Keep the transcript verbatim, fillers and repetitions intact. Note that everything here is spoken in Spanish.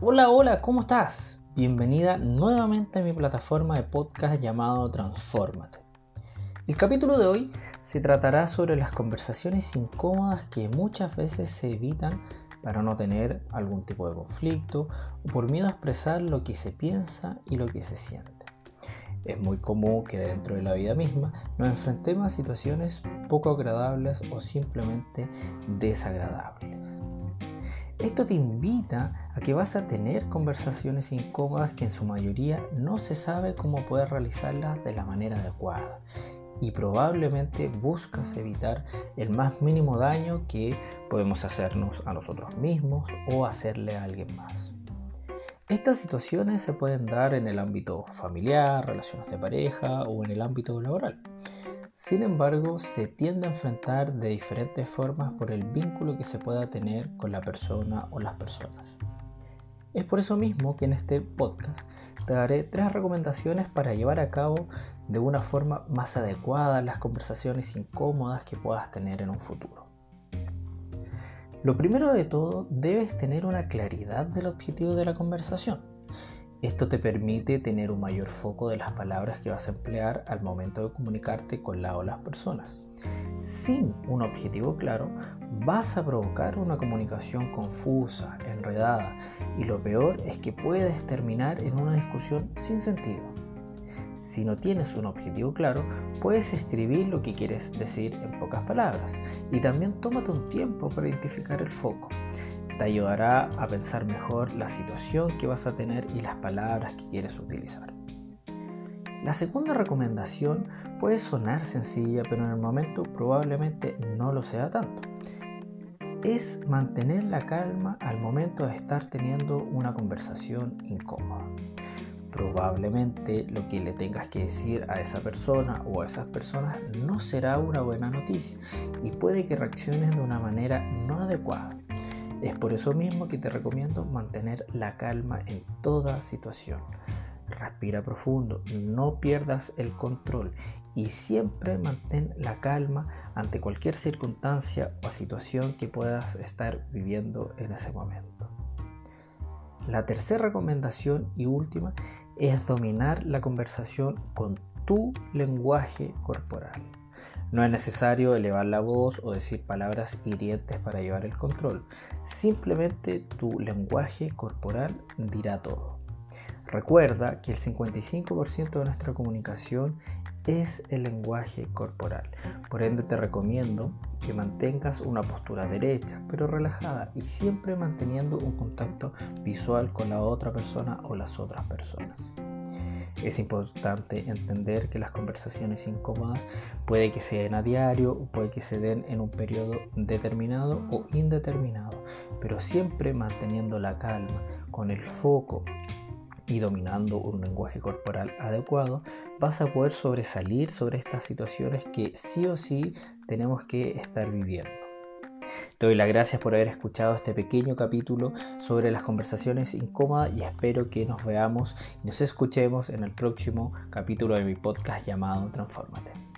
Hola, hola, ¿cómo estás? Bienvenida nuevamente a mi plataforma de podcast llamado Transfórmate. El capítulo de hoy se tratará sobre las conversaciones incómodas que muchas veces se evitan para no tener algún tipo de conflicto o por miedo a expresar lo que se piensa y lo que se siente. Es muy común que dentro de la vida misma nos enfrentemos a situaciones poco agradables o simplemente desagradables. Esto te invita a que vas a tener conversaciones incómodas que en su mayoría no se sabe cómo poder realizarlas de la manera adecuada y probablemente buscas evitar el más mínimo daño que podemos hacernos a nosotros mismos o hacerle a alguien más. Estas situaciones se pueden dar en el ámbito familiar, relaciones de pareja o en el ámbito laboral. Sin embargo, se tiende a enfrentar de diferentes formas por el vínculo que se pueda tener con la persona o las personas. Es por eso mismo que en este podcast te daré tres recomendaciones para llevar a cabo de una forma más adecuada las conversaciones incómodas que puedas tener en un futuro. Lo primero de todo, debes tener una claridad del objetivo de la conversación. Esto te permite tener un mayor foco de las palabras que vas a emplear al momento de comunicarte con la o las personas. Sin un objetivo claro, vas a provocar una comunicación confusa, enredada, y lo peor es que puedes terminar en una discusión sin sentido. Si no tienes un objetivo claro, puedes escribir lo que quieres decir en pocas palabras y también tómate un tiempo para identificar el foco. Te ayudará a pensar mejor la situación que vas a tener y las palabras que quieres utilizar. La segunda recomendación puede sonar sencilla, pero en el momento probablemente no lo sea tanto. Es mantener la calma al momento de estar teniendo una conversación incómoda. Probablemente lo que le tengas que decir a esa persona o a esas personas no será una buena noticia y puede que reacciones de una manera no adecuada. Es por eso mismo que te recomiendo mantener la calma en toda situación. Respira profundo, no pierdas el control y siempre mantén la calma ante cualquier circunstancia o situación que puedas estar viviendo en ese momento. La tercera recomendación y última es dominar la conversación con tu lenguaje corporal. No es necesario elevar la voz o decir palabras hirientes para llevar el control. Simplemente tu lenguaje corporal dirá todo. Recuerda que el cincuenta y cinco por ciento de nuestra comunicación es el lenguaje corporal. Por ende te recomiendo que mantengas una postura derecha pero relajada y siempre manteniendo un contacto visual con la otra persona o las otras personas. Es importante entender que las conversaciones incómodas puede que se den a diario o puede que se den en un periodo determinado o indeterminado, pero siempre manteniendo la calma, con el foco y dominando un lenguaje corporal adecuado, vas a poder sobresalir sobre estas situaciones que sí o sí tenemos que estar viviendo. Te doy las gracias por haber escuchado este pequeño capítulo sobre las conversaciones incómodas y espero que nos veamos y nos escuchemos en el próximo capítulo de mi podcast llamado Transfórmate.